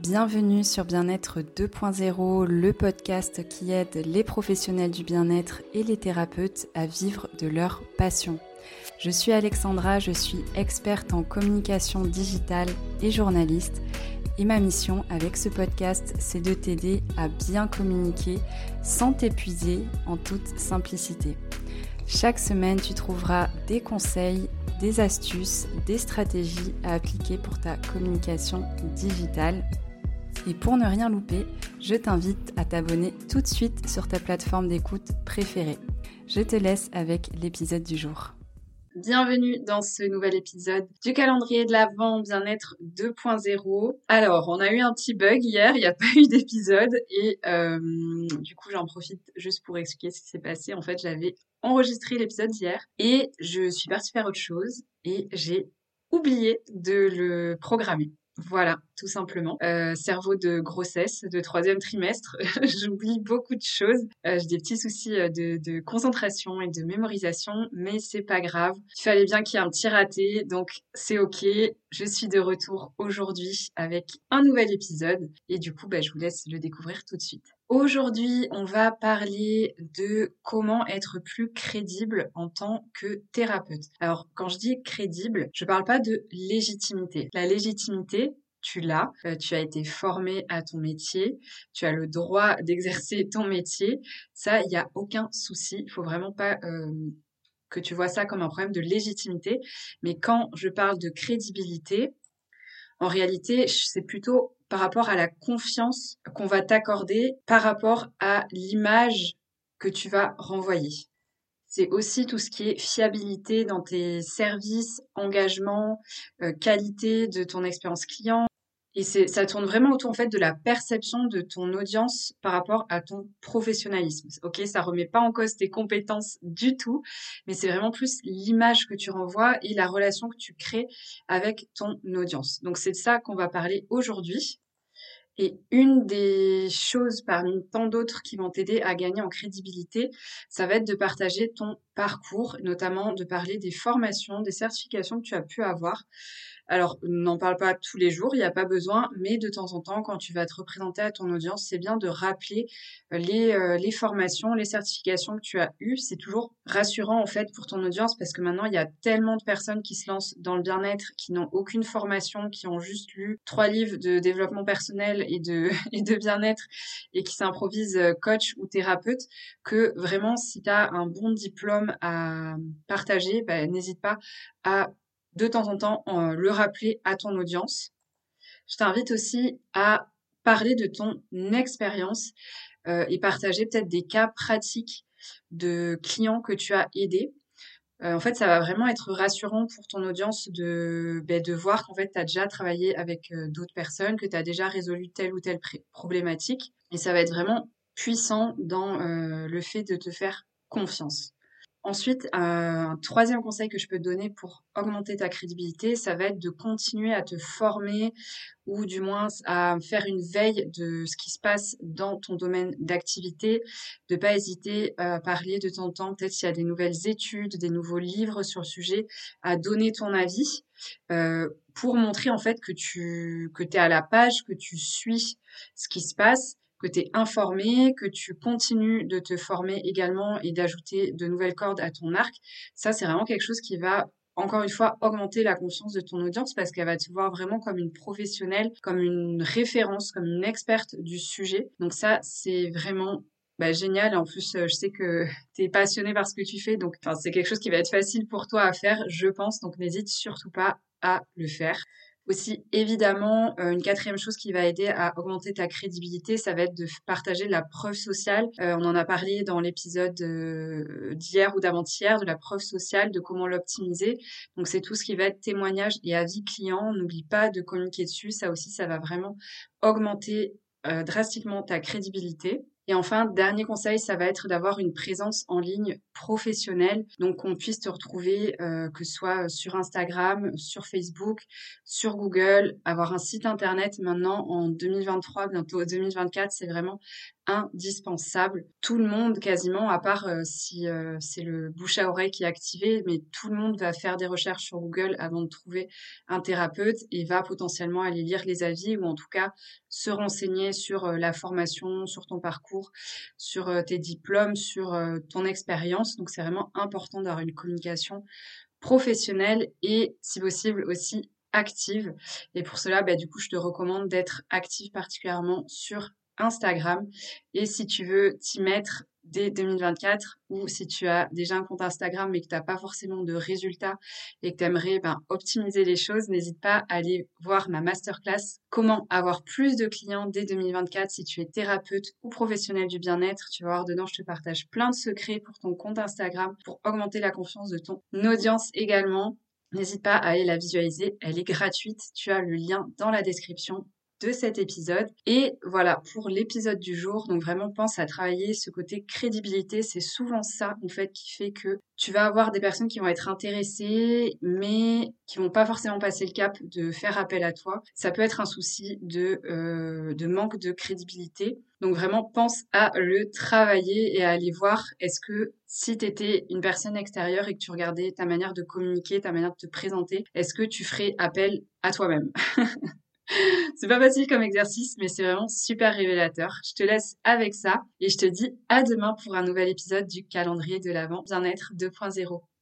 Bienvenue sur Bien-être 2.0, le podcast qui aide les professionnels du bien-être et les thérapeutes à vivre de leur passion. Je suis Alexandra, je suis experte en communication digitale et journaliste. Et ma mission avec ce podcast, c'est de t'aider à bien communiquer sans t'épuiser en toute simplicité. Chaque semaine, tu trouveras des conseils, des astuces, des stratégies à appliquer pour ta communication digitale. Et pour ne rien louper, je t'invite à t'abonner tout de suite sur ta plateforme d'écoute préférée. Je te laisse avec l'épisode du jour. Bienvenue dans ce nouvel épisode du calendrier de l'Avent Bien-être 2.0. Alors, on a eu un petit bug hier, il n'y a pas eu d'épisode et du coup, j'en profite juste pour expliquer ce qui s'est passé. En fait, j'avais enregistré l'épisode hier et je suis partie faire autre chose et j'ai oublié de le programmer. Voilà, tout simplement. Cerveau de grossesse, de 3e trimestre, j'oublie beaucoup de choses. J'ai des petits soucis de concentration et de mémorisation, mais c'est pas grave. Il fallait bien qu'il y ait un petit raté, donc c'est ok. Je suis de retour aujourd'hui avec un nouvel épisode et du coup, je vous laisse le découvrir tout de suite. Aujourd'hui, on va parler de comment être plus crédible en tant que thérapeute. Alors, quand je dis crédible, je parle pas de légitimité. La légitimité, tu l'as, tu as été formé à ton métier, tu as le droit d'exercer ton métier. Ça, il n'y a aucun souci. Il faut vraiment pas que tu vois ça comme un problème de légitimité. Mais quand je parle de crédibilité, en réalité, c'est plutôt par rapport à la confiance qu'on va t'accorder par rapport à l'image que tu vas renvoyer. C'est aussi tout ce qui est fiabilité dans tes services, engagement, qualité de ton expérience client. Et ça tourne vraiment autour en fait de la perception de ton audience par rapport à ton professionnalisme. Ok, ça remet pas en cause tes compétences du tout, mais c'est vraiment plus l'image que tu renvoies et la relation que tu crées avec ton audience. Donc c'est de ça qu'on va parler aujourd'hui. Et une des choses parmi tant d'autres qui vont t'aider à gagner en crédibilité, ça va être de partager ton parcours, notamment de parler des formations, des certifications que tu as pu avoir. Alors, n'en parle pas tous les jours, il n'y a pas besoin, mais de temps en temps, quand tu vas te représenter à ton audience, c'est bien de rappeler les formations, les certifications que tu as eues. C'est toujours rassurant, en fait, pour ton audience, parce que maintenant, il y a tellement de personnes qui se lancent dans le bien-être, qui n'ont aucune formation, qui ont juste lu 3 livres de développement personnel et de, et de bien-être, et qui s'improvisent coach ou thérapeute, que vraiment, si tu as un bon diplôme à partager, n'hésite pas à de temps en temps le rappeler à ton audience. Je t'invite aussi à parler de ton expérience et partager peut-être des cas pratiques de clients que tu as aidés. En fait, ça va vraiment être rassurant pour ton audience de voir qu'en fait, tu as déjà travaillé avec d'autres personnes, que tu as déjà résolu telle ou telle problématique. Et ça va être vraiment puissant dans le fait de te faire confiance. Ensuite, un 3e conseil que je peux te donner pour augmenter ta crédibilité, ça va être de continuer à te former ou du moins à faire une veille de ce qui se passe dans ton domaine d'activité, de pas hésiter à parler de temps en temps, peut-être s'il y a des nouvelles études, des nouveaux livres sur le sujet, à donner ton avis pour montrer en fait que t'es à la page, que tu suis ce qui se passe, que tu es informé, que tu continues de te former également et d'ajouter de nouvelles cordes à ton arc. Ça, c'est vraiment quelque chose qui va, encore une fois, augmenter la confiance de ton audience parce qu'elle va te voir vraiment comme une professionnelle, comme une référence, comme une experte du sujet. Donc ça, c'est vraiment génial. Et en plus, je sais que tu es passionné par ce que tu fais. Donc, c'est quelque chose qui va être facile pour toi à faire, je pense. Donc, n'hésite surtout pas à le faire. Aussi, évidemment, une 4e chose qui va aider à augmenter ta crédibilité, ça va être de partager la preuve sociale. On en a parlé dans l'épisode d'hier ou d'avant-hier, de la preuve sociale, de comment l'optimiser. Donc, c'est tout ce qui va être témoignage et avis client. N'oublie pas de communiquer dessus. Ça aussi, ça va vraiment augmenter drastiquement ta crédibilité. Et enfin, dernier conseil, ça va être d'avoir une présence en ligne professionnelle, donc qu'on puisse te retrouver, que ce soit sur Instagram, sur Facebook, sur Google, avoir un site internet maintenant en 2023, bientôt 2024, c'est vraiment indispensable. Tout le monde quasiment, à part si c'est le bouche à oreille qui est activé, mais tout le monde va faire des recherches sur Google avant de trouver un thérapeute et va potentiellement aller lire les avis ou en tout cas se renseigner sur la formation, sur ton parcours, sur tes diplômes, sur ton expérience. Donc, c'est vraiment important d'avoir une communication professionnelle et, si possible, aussi active. Et pour cela, du coup, je te recommande d'être active particulièrement sur Instagram. Et si tu veux t'y mettre dès 2024 ou si tu as déjà un compte Instagram mais que tu n'as pas forcément de résultats et que tu aimerais optimiser les choses, n'hésite pas à aller voir ma masterclass Comment avoir plus de clients dès 2024 si tu es thérapeute ou professionnel du bien-être. Tu vas voir dedans, je te partage plein de secrets pour ton compte Instagram, pour augmenter la confiance de ton audience également. N'hésite pas à aller la visualiser, elle est gratuite. Tu as le lien dans la description de cet épisode. Et voilà, pour l'épisode du jour, donc vraiment pense à travailler ce côté crédibilité. C'est souvent ça, en fait, qui fait que tu vas avoir des personnes qui vont être intéressées, mais qui vont pas forcément passer le cap de faire appel à toi. Ça peut être un souci de manque de crédibilité. Donc vraiment, pense à le travailler et à aller voir est-ce que si tu étais une personne extérieure et que tu regardais ta manière de communiquer, ta manière de te présenter, est-ce que tu ferais appel à toi-même? C'est pas facile comme exercice, mais c'est vraiment super révélateur. Je te laisse avec ça et je te dis à demain pour un nouvel épisode du calendrier de l'Avent Bien-être 2.0.